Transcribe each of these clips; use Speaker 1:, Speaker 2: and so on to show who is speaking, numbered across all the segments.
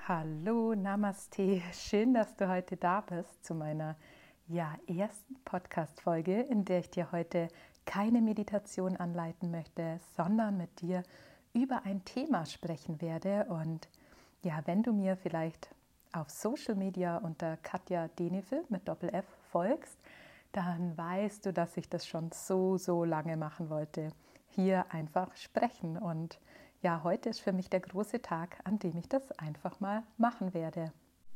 Speaker 1: Hallo, Namaste. Schön, dass du heute da bist zu meiner ersten Podcast-Folge, in der ich dir heute keine Meditation anleiten möchte, sondern mit dir über ein Thema sprechen werde. Und wenn du mir vielleicht auf Social Media unter Katja Denefil mit Doppel-F folgst, dann weißt du, dass ich das schon so lange machen wollte. Hier einfach sprechen. Und heute ist für mich der große Tag, an dem ich das einfach mal machen werde.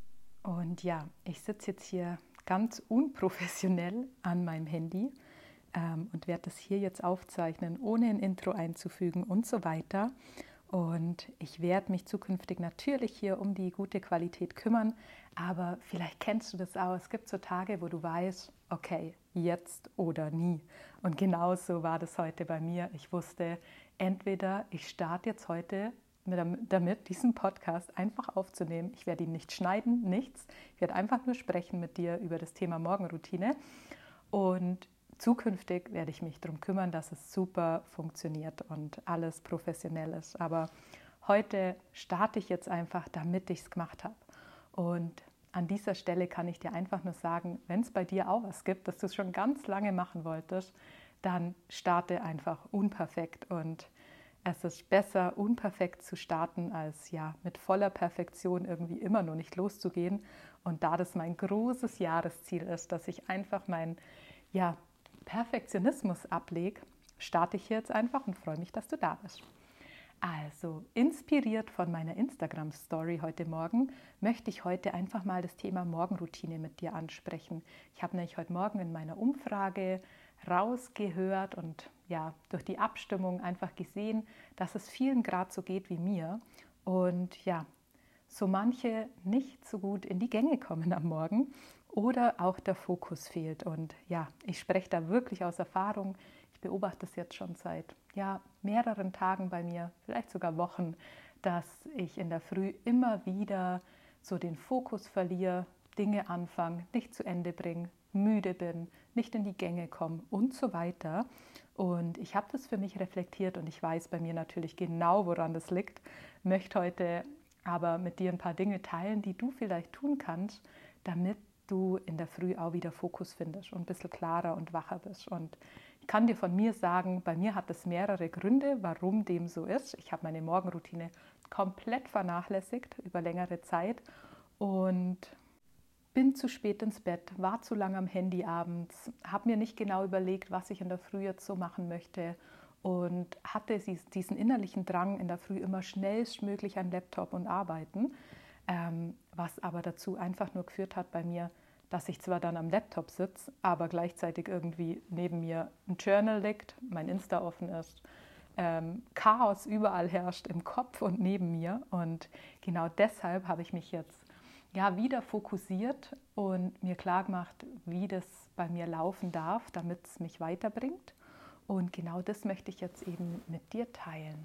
Speaker 1: Und ich sitze jetzt hier ganz unprofessionell an meinem Handy und werde das hier jetzt aufzeichnen, ohne ein Intro einzufügen und so weiter. Und ich werde mich zukünftig natürlich hier um die gute Qualität kümmern, aber vielleicht kennst du das auch. Es gibt so Tage, wo du weißt, okay, jetzt oder nie. Und genauso war das heute bei mir. Ich wusste, entweder ich starte jetzt heute damit, diesen Podcast einfach aufzunehmen. Ich werde ihn nicht schneiden, nichts. Ich werde einfach nur sprechen mit dir über das Thema Morgenroutine. Und zukünftig werde ich mich darum kümmern, dass es super funktioniert und alles professionell ist. Aber heute starte ich jetzt einfach, damit ich es gemacht habe. Und an dieser Stelle kann ich dir einfach nur sagen, wenn es bei dir auch was gibt, das du schon ganz lange machen wolltest, dann starte einfach unperfekt. Und es ist besser, unperfekt zu starten, als mit voller Perfektion irgendwie immer noch nicht loszugehen. Und da das mein großes Jahresziel ist, dass ich einfach meinen Perfektionismus ablege, starte ich hier jetzt einfach und freue mich, dass du da bist. Also, inspiriert von meiner Instagram-Story heute Morgen, möchte ich heute einfach mal das Thema Morgenroutine mit dir ansprechen. Ich habe nämlich heute Morgen in meiner Umfrage rausgehört und durch die Abstimmung einfach gesehen, dass es vielen gerade so geht wie mir und so manche nicht so gut in die Gänge kommen am Morgen oder auch der Fokus fehlt. Und ich spreche da wirklich aus Erfahrung. Ich beobachte es jetzt schon seit mehreren Tagen bei mir, vielleicht sogar Wochen, dass ich in der Früh immer wieder so den Fokus verliere, Dinge anfange, nicht zu Ende bringe, müde bin, nicht in die Gänge komme und so weiter. Und ich habe das für mich reflektiert und ich weiß bei mir natürlich genau, woran das liegt. Möchte heute aber mit dir ein paar Dinge teilen, die du vielleicht tun kannst, damit du in der Früh auch wieder Fokus findest und ein bisschen klarer und wacher bist. Und ich kann dir von mir sagen, bei mir hat es mehrere Gründe, warum dem so ist. Ich habe meine Morgenroutine komplett vernachlässigt über längere Zeit und bin zu spät ins Bett, war zu lange am Handy abends, habe mir nicht genau überlegt, was ich in der Früh jetzt so machen möchte und hatte diesen innerlichen Drang, in der Früh immer schnellstmöglich an Laptop und arbeiten, was aber dazu einfach nur geführt hat bei mir, dass ich zwar dann am Laptop sitze, aber gleichzeitig irgendwie neben mir ein Journal liegt, mein Insta offen ist, Chaos überall herrscht im Kopf und neben mir. Und genau deshalb habe ich mich jetzt wieder fokussiert und mir klar gemacht, wie das bei mir laufen darf, damit es mich weiterbringt. Und genau das möchte ich jetzt eben mit dir teilen.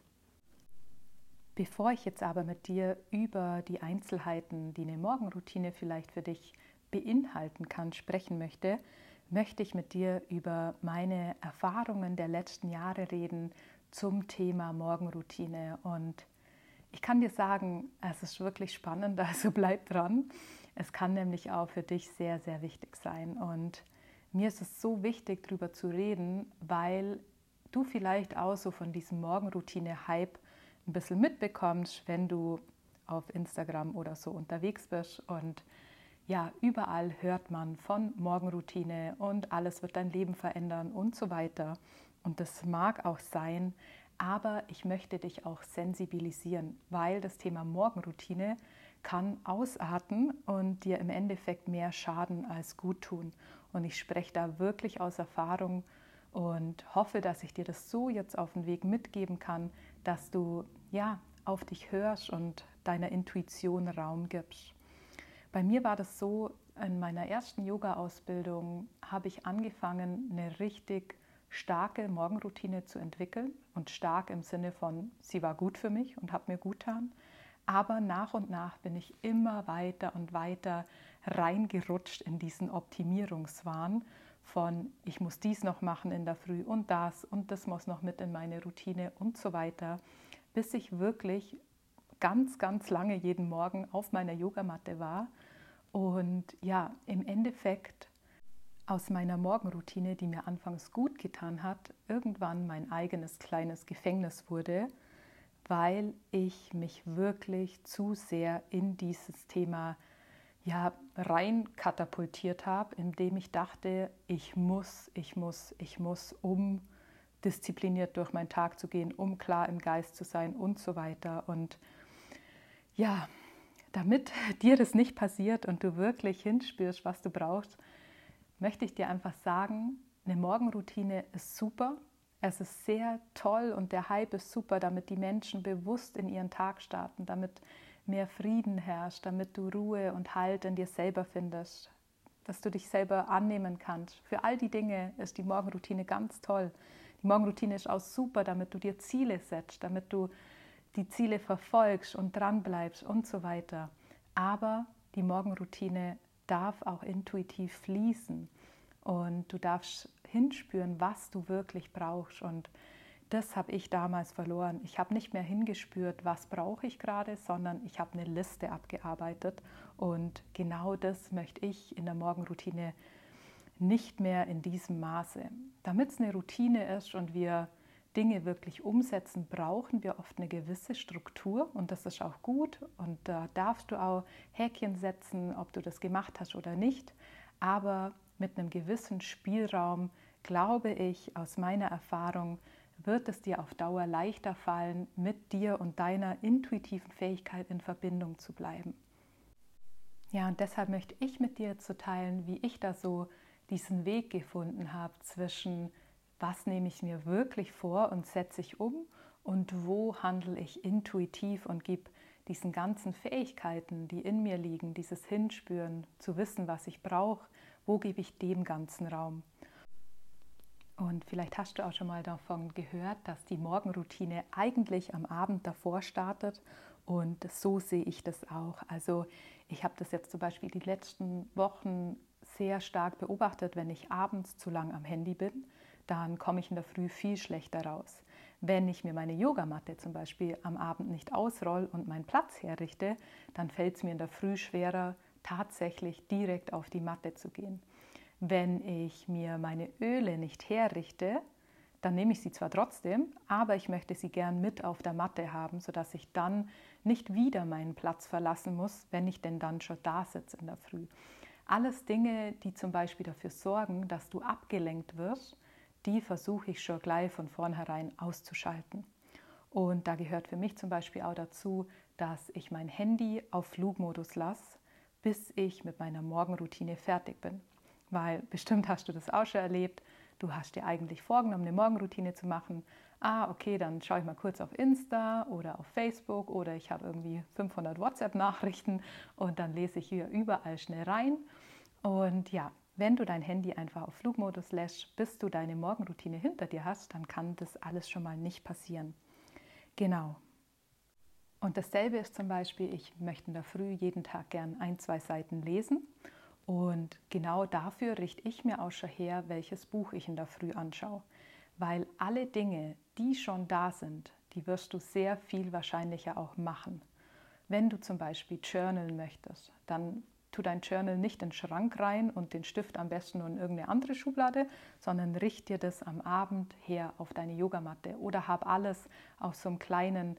Speaker 1: Bevor ich jetzt aber mit dir über die Einzelheiten, die eine Morgenroutine vielleicht für dich beinhalten kann, sprechen möchte, möchte ich mit dir über meine Erfahrungen der letzten Jahre reden zum Thema Morgenroutine. Und ich kann dir sagen, es ist wirklich spannend, also bleib dran. Es kann nämlich auch für dich sehr, sehr wichtig sein. Und mir ist es so wichtig, darüber zu reden, weil du vielleicht auch so von diesem Morgenroutine-Hype ein bisschen mitbekommst, wenn du auf Instagram oder so unterwegs bist. Und überall hört man von Morgenroutine und alles wird dein Leben verändern und so weiter. Und das mag auch sein, aber ich möchte dich auch sensibilisieren, weil das Thema Morgenroutine kann ausarten und dir im Endeffekt mehr schaden als gut tun. Und ich spreche da wirklich aus Erfahrung und hoffe, dass ich dir das so jetzt auf den Weg mitgeben kann, dass du auf dich hörst und deiner Intuition Raum gibst. Bei mir war das so, in meiner ersten Yoga-Ausbildung habe ich angefangen, eine richtig starke Morgenroutine zu entwickeln. Und stark im Sinne von, sie war gut für mich und hat mir gut getan. Aber nach und nach bin ich immer weiter und weiter reingerutscht in diesen Optimierungswahn von, ich muss dies noch machen in der Früh und das muss noch mit in meine Routine und so weiter, bis ich wirklich ganz, ganz lange jeden Morgen auf meiner Yogamatte war und ja, im Endeffekt aus meiner Morgenroutine, die mir anfangs gut getan hat, irgendwann mein eigenes kleines Gefängnis wurde, weil ich mich wirklich zu sehr in dieses Thema rein katapultiert habe, indem ich dachte, ich muss, um diszipliniert durch meinen Tag zu gehen, um klar im Geist zu sein und so weiter. Und ja, damit dir das nicht passiert und du wirklich hinspürst, was du brauchst, möchte ich dir einfach sagen, eine Morgenroutine ist super. Es ist sehr toll und der Hype ist super, damit die Menschen bewusst in ihren Tag starten, damit mehr Frieden herrscht, damit du Ruhe und Halt in dir selber findest, dass du dich selber annehmen kannst. Für all die Dinge ist die Morgenroutine ganz toll. Die Morgenroutine ist auch super, damit du dir Ziele setzt, damit du die Ziele verfolgst und dranbleibst und so weiter. Aber die Morgenroutine darf auch intuitiv fließen und du darfst hinspüren, was du wirklich brauchst. Und das habe ich damals verloren. Ich habe nicht mehr hingespürt, was brauche ich gerade, sondern ich habe eine Liste abgearbeitet. Und genau das möchte ich in der Morgenroutine nicht mehr in diesem Maße. Damit es eine Routine ist und wir Dinge wirklich umsetzen, brauchen wir oft eine gewisse Struktur und das ist auch gut und da darfst du auch Häkchen setzen, ob du das gemacht hast oder nicht, aber mit einem gewissen Spielraum, glaube ich, aus meiner Erfahrung, wird es dir auf Dauer leichter fallen, mit dir und deiner intuitiven Fähigkeit in Verbindung zu bleiben. Ja, und deshalb möchte ich mit dir zu teilen, wie ich da so diesen Weg gefunden habe zwischen, was nehme ich mir wirklich vor und setze ich um und wo handle ich intuitiv und gebe diesen ganzen Fähigkeiten, die in mir liegen, dieses Hinspüren, zu wissen, was ich brauche, wo gebe ich dem ganzen Raum. Und vielleicht hast du auch schon mal davon gehört, dass die Morgenroutine eigentlich am Abend davor startet. Und so sehe ich das auch. Also ich habe das jetzt zum Beispiel die letzten Wochen sehr stark beobachtet. Wenn ich abends zu lang am Handy bin, dann komme ich in der Früh viel schlechter raus. Wenn ich mir meine Yogamatte zum Beispiel am Abend nicht ausroll und meinen Platz herrichte, dann fällt es mir in der Früh schwerer, tatsächlich direkt auf die Matte zu gehen. Wenn ich mir meine Öle nicht herrichte, dann nehme ich sie zwar trotzdem, aber ich möchte sie gern mit auf der Matte haben, sodass ich dann nicht wieder meinen Platz verlassen muss, wenn ich denn dann schon da sitze in der Früh. Alles Dinge, die zum Beispiel dafür sorgen, dass du abgelenkt wirst, die versuche ich schon gleich von vornherein auszuschalten. Und da gehört für mich zum Beispiel auch dazu, dass ich mein Handy auf Flugmodus lasse, bis ich mit meiner Morgenroutine fertig bin. Weil bestimmt hast du das auch schon erlebt, du hast dir eigentlich vorgenommen, eine Morgenroutine zu machen. Okay, dann schaue ich mal kurz auf Insta oder auf Facebook oder ich habe irgendwie 500 WhatsApp-Nachrichten und dann lese ich hier überall schnell rein. Und ja, wenn du dein Handy einfach auf Flugmodus lässt, bis du deine Morgenroutine hinter dir hast, dann kann das alles schon mal nicht passieren. Genau. Und dasselbe ist zum Beispiel, ich möchte in der Früh jeden Tag gern 1-2 Seiten lesen. Und genau dafür richte ich mir auch schon her, welches Buch ich in der Früh anschaue. Weil alle Dinge, die schon da sind, die wirst du sehr viel wahrscheinlicher auch machen. Wenn du zum Beispiel journalen möchtest, dann tu dein Journal nicht in den Schrank rein und den Stift am besten nur in irgendeine andere Schublade, sondern richte dir das am Abend her auf deine Yogamatte oder hab alles auf so einem kleinen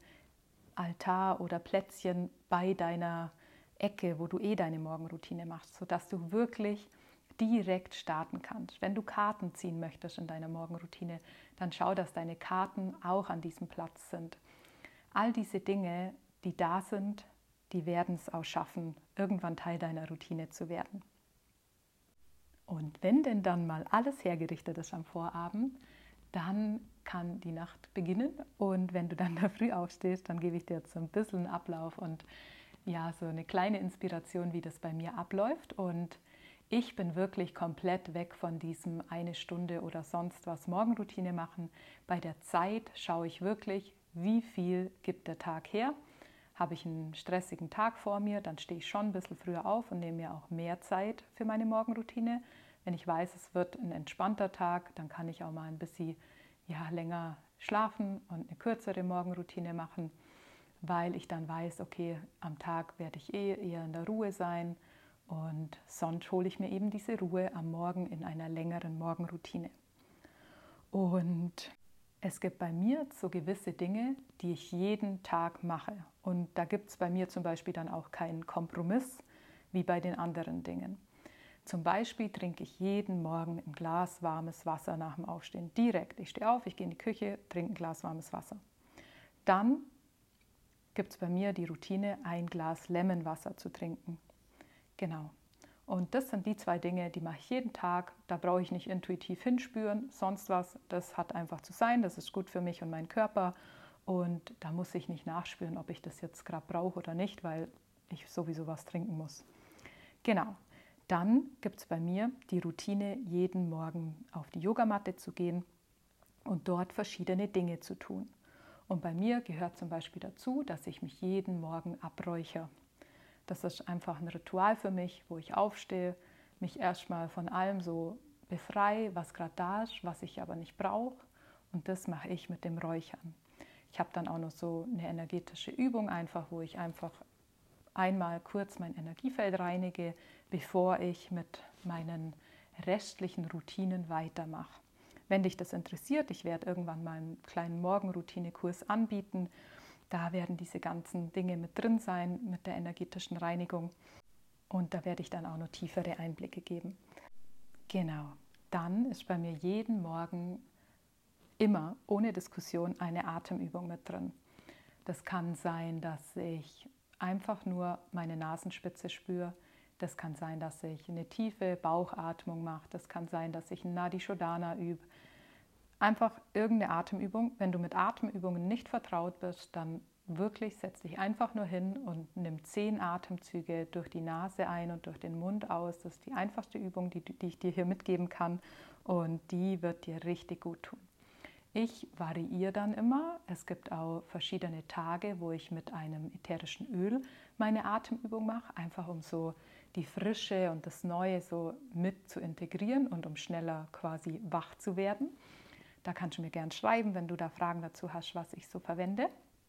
Speaker 1: Altar oder Plätzchen bei deiner Ecke, wo du deine Morgenroutine machst, sodass du wirklich direkt starten kannst. Wenn du Karten ziehen möchtest in deiner Morgenroutine, dann schau, dass deine Karten auch an diesem Platz sind. All diese Dinge, die da sind, die werden es auch schaffen, irgendwann Teil deiner Routine zu werden. Und wenn denn dann mal alles hergerichtet ist am Vorabend, dann kann die Nacht beginnen und wenn du dann da früh aufstehst, dann gebe ich dir jetzt so ein bisschen einen Ablauf und ja, so eine kleine Inspiration, wie das bei mir abläuft. Und ich bin wirklich komplett weg von diesem 1 Stunde oder sonst was Morgenroutine machen. Bei der Zeit schaue ich wirklich, wie viel gibt der Tag her. Habe ich einen stressigen Tag vor mir, dann stehe ich schon ein bisschen früher auf und nehme mir auch mehr Zeit für meine Morgenroutine. Wenn ich weiß, es wird ein entspannter Tag, dann kann ich auch mal ein bisschen länger schlafen und eine kürzere Morgenroutine machen. weil ich dann weiß, okay, am Tag werde ich eher in der Ruhe sein und sonst hole ich mir eben diese Ruhe am Morgen in einer längeren Morgenroutine. Und es gibt bei mir so gewisse Dinge, die ich jeden Tag mache. Und da gibt es bei mir zum Beispiel dann auch keinen Kompromiss wie bei den anderen Dingen. Zum Beispiel trinke ich jeden Morgen ein Glas warmes Wasser nach dem Aufstehen. Direkt. Ich stehe auf, ich gehe in die Küche, trinke ein Glas warmes Wasser. Dann gibt es bei mir die Routine, ein Glas Lemonwasser zu trinken. Genau. Und das sind die 2 Dinge, die mache ich jeden Tag. Da brauche ich nicht intuitiv hinspüren, sonst was. Das hat einfach zu sein, das ist gut für mich und meinen Körper. Und da muss ich nicht nachspüren, ob ich das jetzt gerade brauche oder nicht, weil ich sowieso was trinken muss. Genau. Dann gibt es bei mir die Routine, jeden Morgen auf die Yogamatte zu gehen und dort verschiedene Dinge zu tun. Und bei mir gehört zum Beispiel dazu, dass ich mich jeden Morgen abräuchere. Das ist einfach ein Ritual für mich, wo ich aufstehe, mich erstmal von allem so befreie, was gerade da ist, was ich aber nicht brauche. Und das mache ich mit dem Räuchern. Ich habe dann auch noch so eine energetische Übung einfach, wo ich einfach einmal kurz mein Energiefeld reinige, bevor ich mit meinen restlichen Routinen weitermache. Wenn dich das interessiert, ich werde irgendwann mal einen kleinen Morgenroutine-Kurs anbieten. Da werden diese ganzen Dinge mit drin sein, mit der energetischen Reinigung. Und da werde ich dann auch noch tiefere Einblicke geben. Genau, dann ist bei mir jeden Morgen immer ohne Diskussion eine Atemübung mit drin. Das kann sein, dass ich einfach nur meine Nasenspitze spüre. Das kann sein, dass ich eine tiefe Bauchatmung mache. Das kann sein, dass ich ein Nadi Shodhana übe. Einfach irgendeine Atemübung. Wenn du mit Atemübungen nicht vertraut bist, dann wirklich setz dich einfach nur hin und nimm 10 Atemzüge durch die Nase ein und durch den Mund aus. Das ist die einfachste Übung, die ich dir hier mitgeben kann, und die wird dir richtig gut tun. Ich variiere dann immer. Es gibt auch verschiedene Tage, wo ich mit einem ätherischen Öl meine Atemübung mache, einfach um so die Frische und das Neue so mit zu integrieren und um schneller quasi wach zu werden. Da kannst du mir gerne schreiben, wenn du da Fragen dazu hast, was ich so verwende.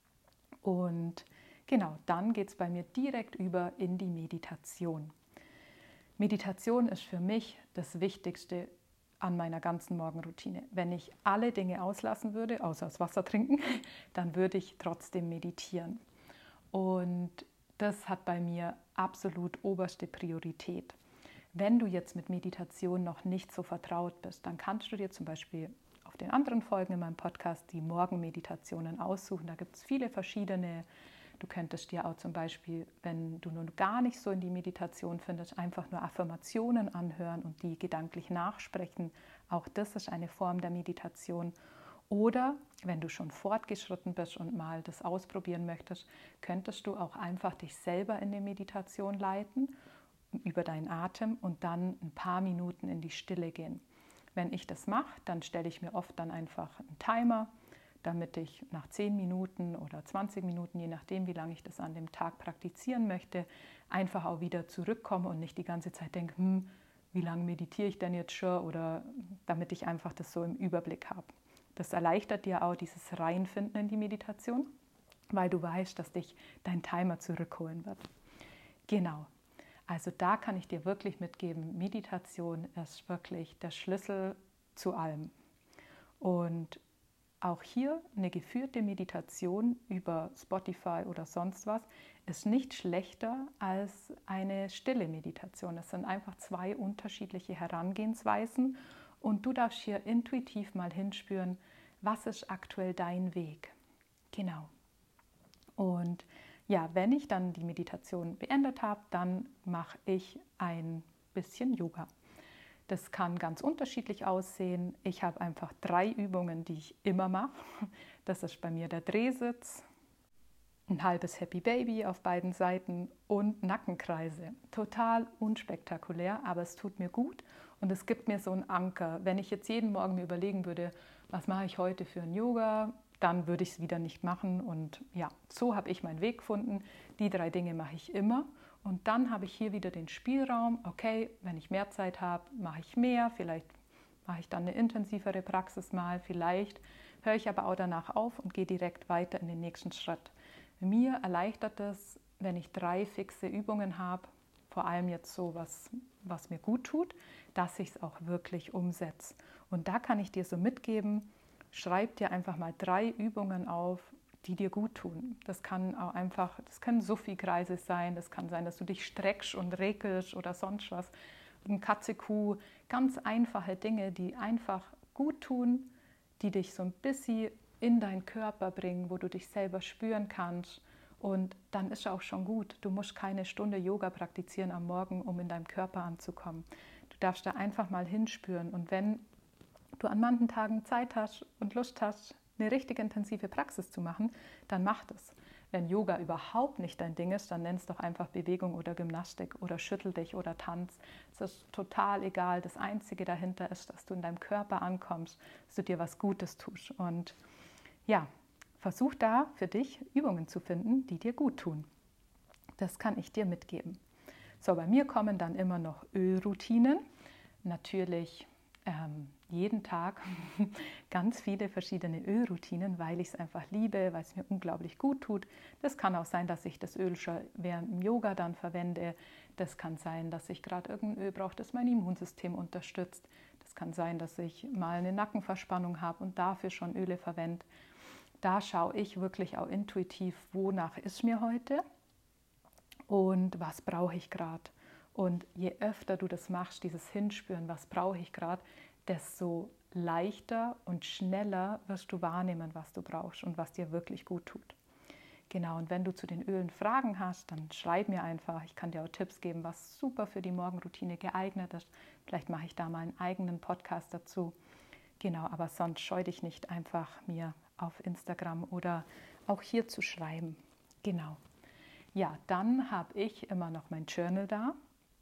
Speaker 1: Und genau, dann geht es bei mir direkt über in die Meditation. Meditation ist für mich das Wichtigste an meiner ganzen Morgenroutine. Wenn ich alle Dinge auslassen würde, außer das Wasser trinken, dann würde ich trotzdem meditieren. Und das hat bei mir absolut oberste Priorität. Wenn du jetzt mit Meditation noch nicht so vertraut bist, dann kannst du dir zum Beispiel auf den anderen Folgen in meinem Podcast die Morgenmeditationen aussuchen. Da gibt es viele verschiedene. Du könntest dir auch zum Beispiel, wenn du nun gar nicht so in die Meditation findest, einfach nur Affirmationen anhören und die gedanklich nachsprechen. Auch das ist eine Form der Meditation. Oder wenn du schon fortgeschritten bist und mal das ausprobieren möchtest, könntest du auch einfach dich selber in die Meditation leiten über deinen Atem und dann ein paar Minuten in die Stille gehen. Wenn ich das mache, dann stelle ich mir oft dann einfach einen Timer, damit ich nach 10 Minuten oder 20 Minuten, je nachdem, wie lange ich das an dem Tag praktizieren möchte, einfach auch wieder zurückkomme und nicht die ganze Zeit denke, wie lange meditiere ich denn jetzt schon, oder damit ich einfach das so im Überblick habe. Das erleichtert dir auch dieses Reinfinden in die Meditation, weil du weißt, dass dich dein Timer zurückholen wird. Genau. Also da kann ich dir wirklich mitgeben, Meditation ist wirklich der Schlüssel zu allem. Und auch hier eine geführte Meditation über Spotify oder sonst was ist nicht schlechter als eine stille Meditation. Es sind einfach 2 unterschiedliche Herangehensweisen und du darfst hier intuitiv mal hinspüren, was ist aktuell dein Weg. Genau. Und ja, wenn ich dann die Meditation beendet habe, dann mache ich ein bisschen Yoga. Das kann ganz unterschiedlich aussehen. Ich habe einfach 3 Übungen, die ich immer mache. Das ist bei mir der Drehsitz, ein halbes Happy Baby auf beiden Seiten und Nackenkreise. Total unspektakulär, aber es tut mir gut und es gibt mir so einen Anker. Wenn ich jetzt jeden Morgen mir überlegen würde, was mache ich heute für ein Yoga, dann würde ich es wieder nicht machen. Und ja, so habe ich meinen Weg gefunden. Die 3 Dinge mache ich immer. Und dann habe ich hier wieder den Spielraum, okay, wenn ich mehr Zeit habe, mache ich mehr, vielleicht mache ich dann eine intensivere Praxis mal, vielleicht höre ich aber auch danach auf und gehe direkt weiter in den nächsten Schritt. Mir erleichtert es, wenn ich 3 fixe Übungen habe, vor allem jetzt so, was mir gut tut, dass ich es auch wirklich umsetze. Und da kann ich dir so mitgeben, schreib dir einfach mal 3 Übungen auf, die dir gut tun. Das kann auch einfach, das können Sufi-Kreise sein, das kann sein, dass du dich streckst und regelst oder sonst was. Ein Katze-Kuh, ganz einfache Dinge, die einfach gut tun, die dich so ein bisschen in deinen Körper bringen, wo du dich selber spüren kannst. Und dann ist auch schon gut. Du musst keine Stunde Yoga praktizieren am Morgen, um in deinem Körper anzukommen. Du darfst da einfach mal hinspüren. Und wenn du an manchen Tagen Zeit hast und Lust hast, eine richtig intensive Praxis zu machen, dann mach das. Wenn Yoga überhaupt nicht dein Ding ist, dann nenn's doch einfach Bewegung oder Gymnastik oder schüttel dich oder Tanz. Es ist total egal. Das Einzige dahinter ist, dass du in deinem Körper ankommst, dass du dir was Gutes tust. Und ja, versuch da für dich Übungen zu finden, die dir gut tun. Das kann ich dir mitgeben. So, bei mir kommen dann immer noch Ölroutinen. Natürlich jeden Tag ganz viele verschiedene Ölroutinen, weil ich es einfach liebe, weil es mir unglaublich gut tut. Das kann auch sein, dass ich das Öl schon während dem Yoga dann verwende. Das kann sein, dass ich gerade irgendein Öl brauche, das mein Immunsystem unterstützt. Das kann sein, dass ich mal eine Nackenverspannung habe und dafür schon Öle verwende. Da schaue ich wirklich auch intuitiv, wonach ist mir heute und was brauche ich gerade. Und je öfter du das machst, dieses Hinspüren, was brauche ich gerade, desto leichter und schneller wirst du wahrnehmen, was du brauchst und was dir wirklich gut tut. Genau, und wenn du zu den Ölen Fragen hast, dann schreib mir einfach. Ich kann dir auch Tipps geben, was super für die Morgenroutine geeignet ist. Vielleicht mache ich da mal einen eigenen Podcast dazu. Genau, aber sonst scheu dich nicht, einfach mir auf Instagram oder auch hier zu schreiben. Genau. Ja, dann habe ich immer noch mein Journal da.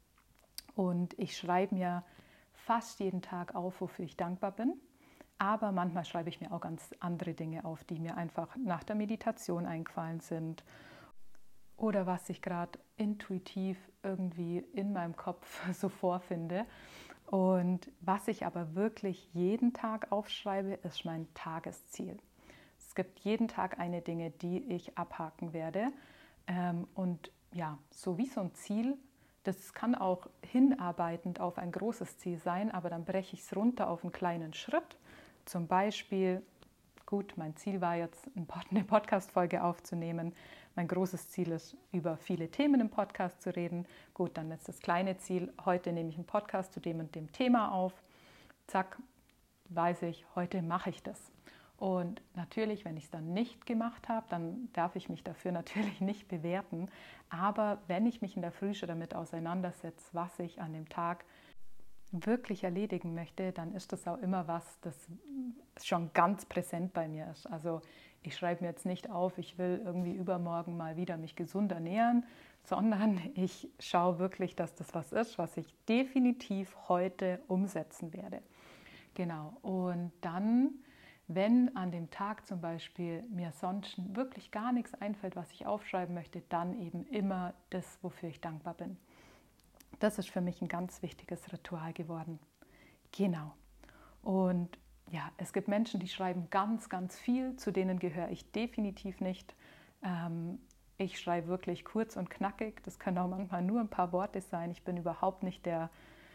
Speaker 1: Und ich schreibe mir fast jeden Tag auf, wofür ich dankbar bin. Aber manchmal schreibe ich mir auch ganz andere Dinge auf, die mir einfach nach der Meditation eingefallen sind. Oder was ich gerade intuitiv irgendwie in meinem Kopf so vorfinde. Und was ich aber wirklich jeden Tag aufschreibe, ist mein Tagesziel. Es gibt jeden Tag eine Dinge, die ich abhaken werde. Und ja, so wie so ein Ziel. Das kann auch hinarbeitend auf ein großes Ziel sein, aber dann breche ich es runter auf einen kleinen Schritt. Zum Beispiel, gut, mein Ziel war jetzt, eine Podcast-Folge aufzunehmen. Mein großes Ziel ist, über viele Themen im Podcast zu reden. Gut, dann ist das kleine Ziel, heute nehme ich einen Podcast zu dem und dem Thema auf. Zack, weiß ich, heute mache ich das. Und natürlich, wenn ich es dann nicht gemacht habe, dann darf ich mich dafür natürlich nicht bewerten. Aber wenn ich mich in der Früh schon damit auseinandersetze, was ich an dem Tag wirklich erledigen möchte, dann ist das auch immer was, das schon ganz präsent bei mir ist. Also ich schreibe mir jetzt nicht auf, ich will irgendwie übermorgen mal wieder mich gesund ernähren, sondern ich schaue wirklich, dass das was ist, was ich definitiv heute umsetzen werde. Genau, und dann, wenn an dem Tag zum Beispiel mir sonst wirklich gar nichts einfällt, was ich aufschreiben möchte, dann eben immer das, wofür ich dankbar bin. Das ist für mich ein ganz wichtiges Ritual geworden. Genau. Und ja, es gibt Menschen, die schreiben ganz, ganz viel, zu denen gehöre ich definitiv nicht. Ich schreibe wirklich kurz und knackig, das können auch manchmal nur ein paar Worte sein. Ich bin überhaupt nicht der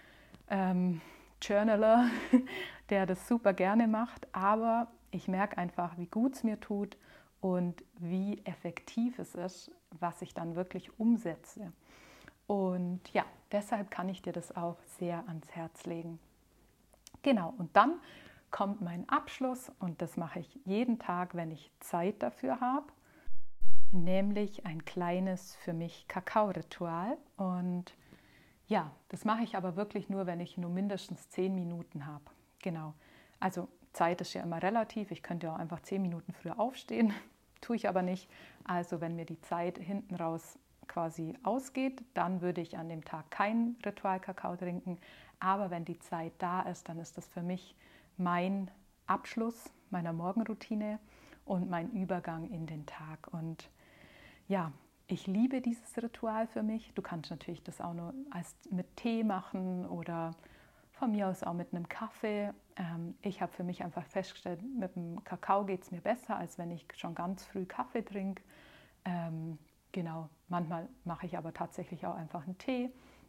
Speaker 1: Journaler, der das super gerne macht, aber ich merke einfach, wie gut es mir tut und wie effektiv es ist, was ich dann wirklich umsetze. Und ja, deshalb kann ich dir das auch sehr ans Herz legen. Genau, und dann kommt mein Abschluss und das mache ich jeden Tag, wenn ich Zeit dafür habe, nämlich ein kleines für mich Kakao-Ritual. Und ja, das mache ich aber wirklich nur, wenn ich nur mindestens 10 Minuten habe. Genau. Also Zeit ist ja immer relativ. Ich könnte auch einfach 10 Minuten früher aufstehen, tue ich aber nicht. Also wenn mir die Zeit hinten raus quasi ausgeht, dann würde ich an dem Tag kein Ritual-Kakao trinken. Aber wenn die Zeit da ist, dann ist das für mich mein Abschluss meiner Morgenroutine und mein Übergang in den Tag. Und ja, ich liebe dieses Ritual für mich. Du kannst natürlich das auch nur mit Tee machen oder von mir aus auch mit einem Kaffee. Ich habe für mich einfach festgestellt, mit dem Kakao geht es mir besser, als wenn ich schon ganz früh Kaffee trinke. Genau, manchmal mache ich aber tatsächlich auch einfach einen Tee.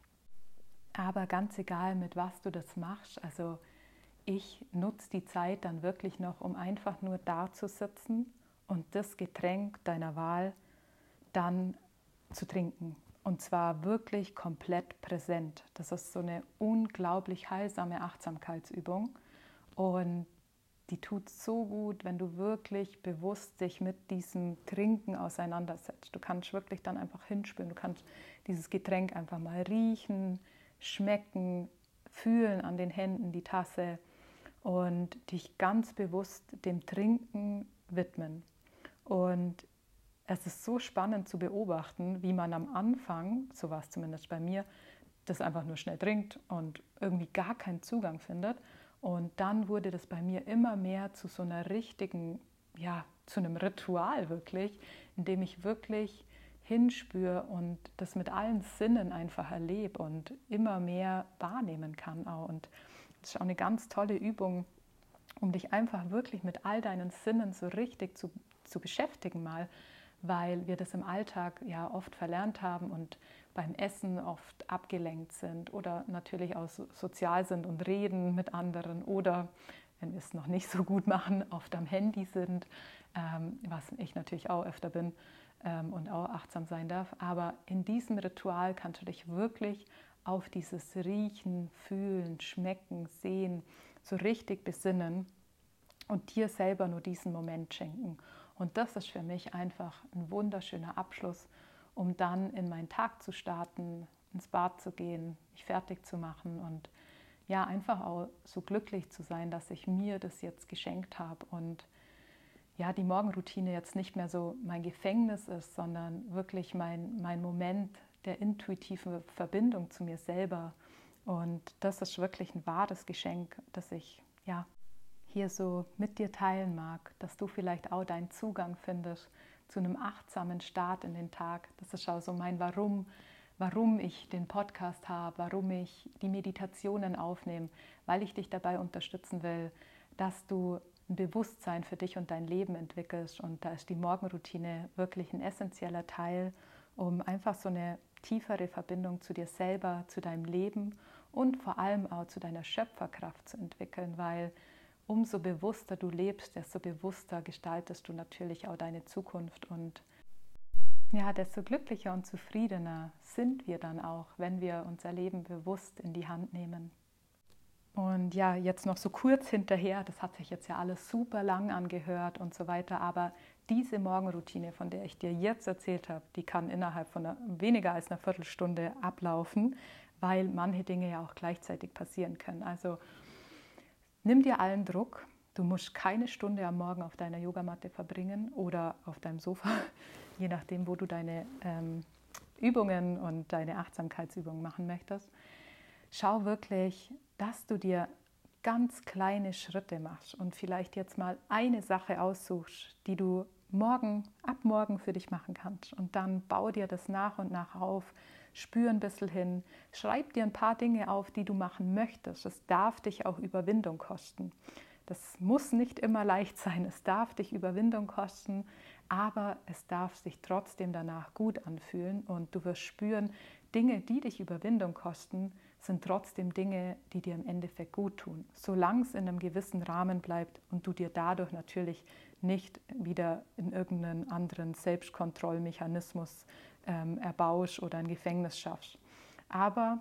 Speaker 1: Aber ganz egal, mit was du das machst, also ich nutze die Zeit dann wirklich noch, um einfach nur da zu sitzen und das Getränk deiner Wahl dann zu trinken. Und zwar wirklich komplett präsent. Das ist so eine unglaublich heilsame Achtsamkeitsübung. Und die tut so gut, wenn du wirklich bewusst dich mit diesem Trinken auseinandersetzt. Du kannst wirklich dann einfach hinspüren. Du kannst dieses Getränk einfach mal riechen, schmecken, fühlen an den Händen, die Tasse und dich ganz bewusst dem Trinken widmen. Und es ist so spannend zu beobachten, wie man am Anfang, so war es zumindest bei mir, das einfach nur schnell trinkt und irgendwie gar keinen Zugang findet. Und dann wurde das bei mir immer mehr zu so einer richtigen, ja, zu einem Ritual wirklich, in dem ich wirklich hinspüre und das mit allen Sinnen einfach erlebe und immer mehr wahrnehmen kann auch. Und das ist auch eine ganz tolle Übung, um dich einfach wirklich mit all deinen Sinnen so richtig zu beschäftigen mal, weil wir das im Alltag ja oft verlernt haben und beim Essen oft abgelenkt sind oder natürlich auch sozial sind und reden mit anderen oder, wenn wir es noch nicht so gut machen, oft am Handy sind, was ich natürlich auch öfter bin und auch achtsam sein darf. Aber in diesem Ritual kannst du dich wirklich auf dieses Riechen, Fühlen, Schmecken, Sehen so richtig besinnen und dir selber nur diesen Moment schenken. Und das ist für mich einfach ein wunderschöner Abschluss, um dann in meinen Tag zu starten, ins Bad zu gehen, mich fertig zu machen und ja, einfach auch so glücklich zu sein, dass ich mir das jetzt geschenkt habe und ja, die Morgenroutine jetzt nicht mehr so mein Gefängnis ist, sondern wirklich mein Moment der intuitiven Verbindung zu mir selber. Und das ist wirklich ein wahres Geschenk, das ich ja hier so mit dir teilen mag, dass du vielleicht auch deinen Zugang findest zu einem achtsamen Start in den Tag. Das ist auch so mein warum ich den Podcast habe, warum ich die Meditationen aufnehme, weil ich dich dabei unterstützen will, dass du ein Bewusstsein für dich und dein Leben entwickelst. Und da ist die Morgenroutine wirklich ein essentieller Teil, um einfach so eine tiefere Verbindung zu dir selber, zu deinem Leben und vor allem auch zu deiner Schöpferkraft zu entwickeln, weil umso bewusster du lebst, desto bewusster gestaltest du natürlich auch deine Zukunft und ja, desto glücklicher und zufriedener sind wir dann auch, wenn wir unser Leben bewusst in die Hand nehmen. Und ja, jetzt noch so kurz hinterher, das hat sich jetzt ja alles super lang angehört und so weiter, aber diese Morgenroutine, von der ich dir jetzt erzählt habe, die kann innerhalb von weniger als einer Viertelstunde ablaufen, weil manche Dinge ja auch gleichzeitig passieren können. Also nimm dir allen Druck. Du musst keine Stunde am Morgen auf deiner Yogamatte verbringen oder auf deinem Sofa, je nachdem, wo du deine Übungen und deine Achtsamkeitsübungen machen möchtest. Schau wirklich, dass du dir ganz kleine Schritte machst und vielleicht jetzt mal eine Sache aussuchst, die du ab morgen für dich machen kannst. Und dann bau dir das nach und nach auf, spür ein bisschen hin, schreib dir ein paar Dinge auf, die du machen möchtest. Es darf dich auch Überwindung kosten. Das muss nicht immer leicht sein, es darf dich Überwindung kosten, aber es darf sich trotzdem danach gut anfühlen und du wirst spüren, Dinge, die dich Überwindung kosten, sind trotzdem Dinge, die dir im Endeffekt gut tun, solange es in einem gewissen Rahmen bleibt und du dir dadurch natürlich nicht wieder in irgendeinen anderen Selbstkontrollmechanismus erbaust oder ein Gefängnis schaffst. Aber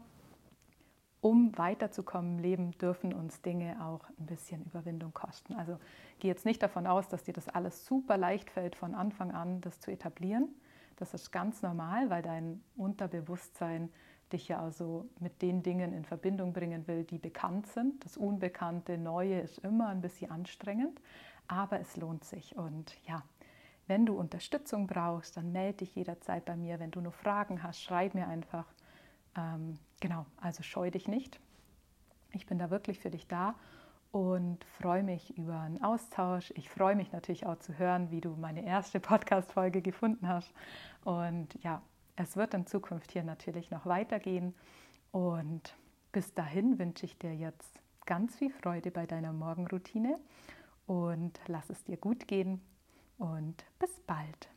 Speaker 1: um weiterzukommen im Leben, dürfen uns Dinge auch ein bisschen Überwindung kosten. Also geh jetzt nicht davon aus, dass dir das alles super leicht fällt, von Anfang an das zu etablieren. Das ist ganz normal, weil dein Unterbewusstsein dich ja also mit den Dingen in Verbindung bringen will, die bekannt sind. Das Unbekannte, Neue ist immer ein bisschen anstrengend, aber es lohnt sich. Und ja, wenn du Unterstützung brauchst, dann melde dich jederzeit bei mir. Wenn du noch Fragen hast, schreib mir einfach. Genau, also scheu dich nicht. Ich bin da wirklich für dich da und freue mich über einen Austausch. Ich freue mich natürlich auch zu hören, wie du meine erste Podcast-Folge gefunden hast. Und ja, es wird in Zukunft hier natürlich noch weitergehen. Und bis dahin wünsche ich dir jetzt ganz viel Freude bei deiner Morgenroutine und lass es dir gut gehen und bis bald.